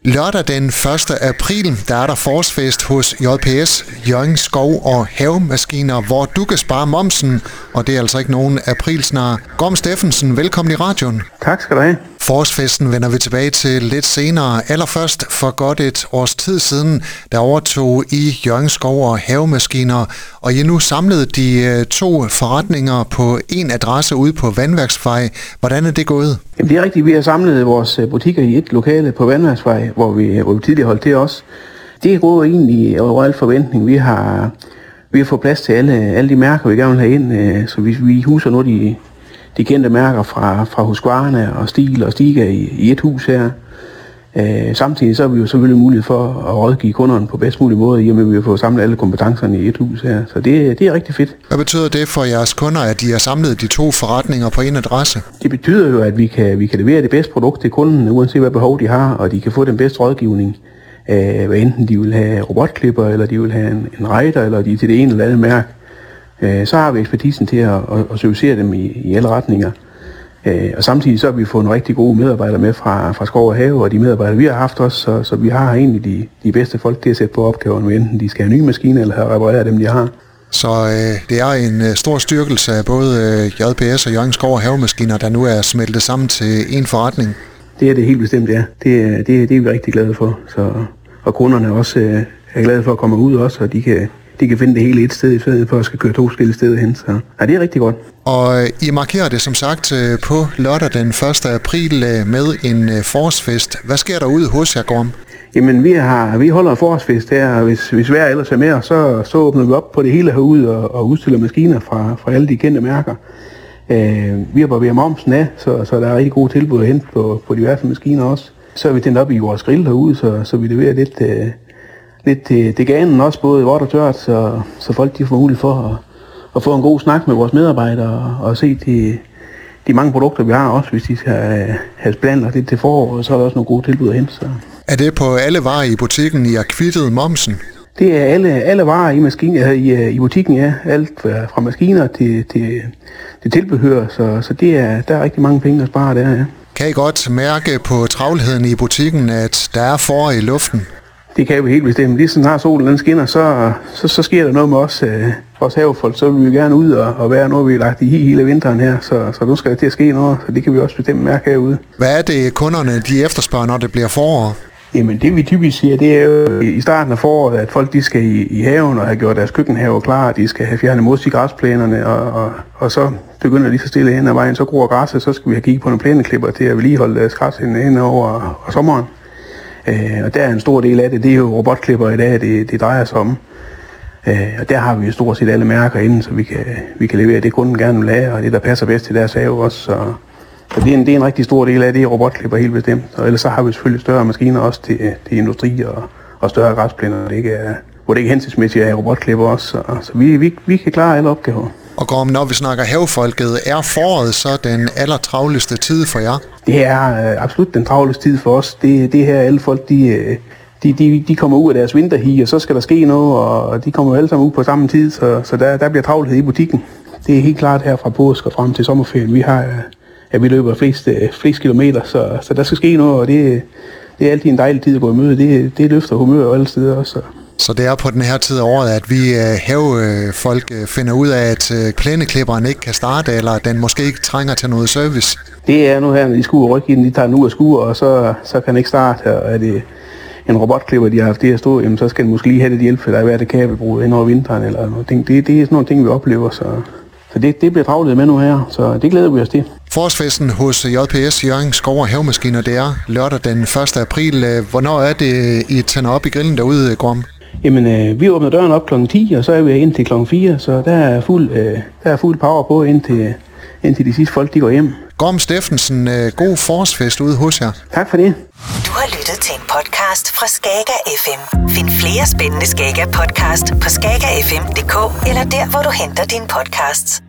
Lørdag den 1. april, der er der forårsfest hos JPS, Hjørring Skov og Havemaskiner, hvor du kan spare momsen, og det er altså ikke nogen aprilsnar. Gorm Steffensen, velkommen i radioen. Tak skal du have. Forårsfesten vender vi tilbage til lidt senere. Allerførst for godt et års tid siden, der overtog I Hjørring Skov og Havemaskiner, og I er nu samlet de to forretninger på en adresse ude på Vandværksvej. Hvordan er det gået? Jamen, det er rigtigt. Vi har samlet vores butikker i et lokale på Vandværksvej, hvor vi tidligere holdt til os. Det er gået egentlig over al forventning. Vi har fået plads til alle de mærker, vi gerne vil have ind, så vi huser nu de kendte mærker fra Husqvarna og Stihl og Stiga i et hus her. Samtidig så har vi jo selvfølgelig mulighed for at rådgive kunderne på bedst mulig måde, i og med at vi har fået samlet alle kompetencerne i et hus her. Så det er rigtig fedt. Hvad betyder det for jeres kunder, at de har samlet de to forretninger på en adresse? Det betyder jo, at vi kan levere det bedste produkt til kunden, uanset hvad behov de har, og de kan få den bedste rådgivning. Hvad enten de vil have robotklipper, eller de vil have en rider, eller de er til det ene eller andet mærke. Så har vi ekspertisen til at servicere dem i alle retninger. Og samtidig så har vi fået nogle rigtig gode medarbejdere med fra Skov og Have, og de medarbejdere vi har haft også, så vi har egentlig de bedste folk til at sætte på opgaverne, enten de skal have nye maskiner eller have repareret dem, de har. Så det er en stor styrkelse af både JPS og Hjørring Skov og Havemaskiner, der nu er smeltet sammen til en forretning. Det er det helt bestemt, ja. Det er vi rigtig glade for. Og kunderne også er glade for at komme ud også, og de kan finde det hele et sted i stedet for at skal køre to forskellige steder hen. Så ja, det er rigtig godt. Og I markerer det som sagt på lørdag den 1. april med en forårsfest. Hvad sker der ude hos jer, Gorm? Jamen, vi holder en forårsfest her, og hvis vejr ellers er med, så åbner vi op på det hele herude og udstiller maskiner fra alle de kendte mærker. Vi har barberet momsen af, så der er rigtig gode tilbud at hente på diverse maskiner også. Så er vi tændt op i vores grill herude, så vi leverer lidt til ganen også, både vådt og tørt, så folk de får mulighed for at få en god snak med vores medarbejdere og se de mange produkter, vi har også, hvis de skal have planlagt lidt til foråret, så er der også nogle gode tilbud at hente. Så. Er det på alle varer i butikken, I har kvittet momsen? Det er alle varer i butikken, ja. Alt fra maskiner til tilbehør, så der er rigtig mange penge at spare der, ja. Kan I godt mærke på travlheden i butikken, at der er forår i luften? Det kan vi helt bestemt. Lige så snart solen den skinner, så sker der noget med os havefolk. Så vil vi gerne ud og være noget, vi har lagt i hele vinteren her. Så nu skal der til at ske noget, så det kan vi også bestemt mærke herude. Hvad er det, kunderne de efterspørger, når det bliver forår? Jamen det vi typisk siger, det er jo i starten af foråret, at folk de skal i haven og have gjort deres køkkenhave klar. De skal have fjernet mos i græsplænerne, og så begynder de så stille hen ad vejen. Så gror græsset, så skal vi have kigget på nogle plæneklipper til at vedligeholde deres græs hen over sommeren. Og der er en stor del af det er jo robotklipper i dag, det drejer sig om. Og der har vi jo stort set alle mærker inde, så vi kan levere det, kunden gerne vil have, og det, der passer bedst til deres have også. Så det er en rigtig stor del af det, robotklipper helt bestemt. Og ellers så har vi selvfølgelig større maskiner også til industri og større græsplæner, hvor det ikke er hensigtsmæssigt at have robotklipper også. Så vi kan klare alle opgaver. Og Gorm, når vi snakker havefolket, er foråret så den allertravleste tid for jer? Det er absolut den travleste tid for os. Det her alle folk, de kommer ud af deres vinterhi, og så skal der ske noget, og de kommer jo alle sammen ud på samme tid, så der bliver travlhed i butikken. Det er helt klart her fra påske og frem til sommerferien. Vi løber flest kilometer, så der skal ske noget, og det er altid en dejlig tid at gå i møde. Det løfter humør og alle steder også. Så det er på den her tid af året, at vi havefolk finder ud af, at plæneklipperen ikke kan starte, eller den måske ikke trænger til noget service? Det er nu her, når de skuer rykke ind, de tager den ud af skuer, og så kan den ikke starte. Og er det en robotklipper, de har haft det at stå, jamen, så skal den måske lige have lidt hjælp, for der er været et kabelbrud ind over vinteren, eller noget. Det er sådan nogle ting, vi oplever, så det bliver travlet med nu her, så det glæder vi os til. Forårsfesten hos JPS Hjørring Skov og Havemaskiner, det er lørdag den 1. april. Hvornår er det, I tænder op i grillen derude, Gorm? Jamen, vi åbner døren op kl. 10, og så er vi indtil kl. 4, så der er fuld power på, indtil de sidste folk de går hjem. Gorm Steffensen, god forårsfest ude hos jer. Tak for det. Du har lyttet til en podcast fra Skaga FM. Find flere spændende Skaga podcast på skagafm.dk eller der, hvor du henter dine podcasts.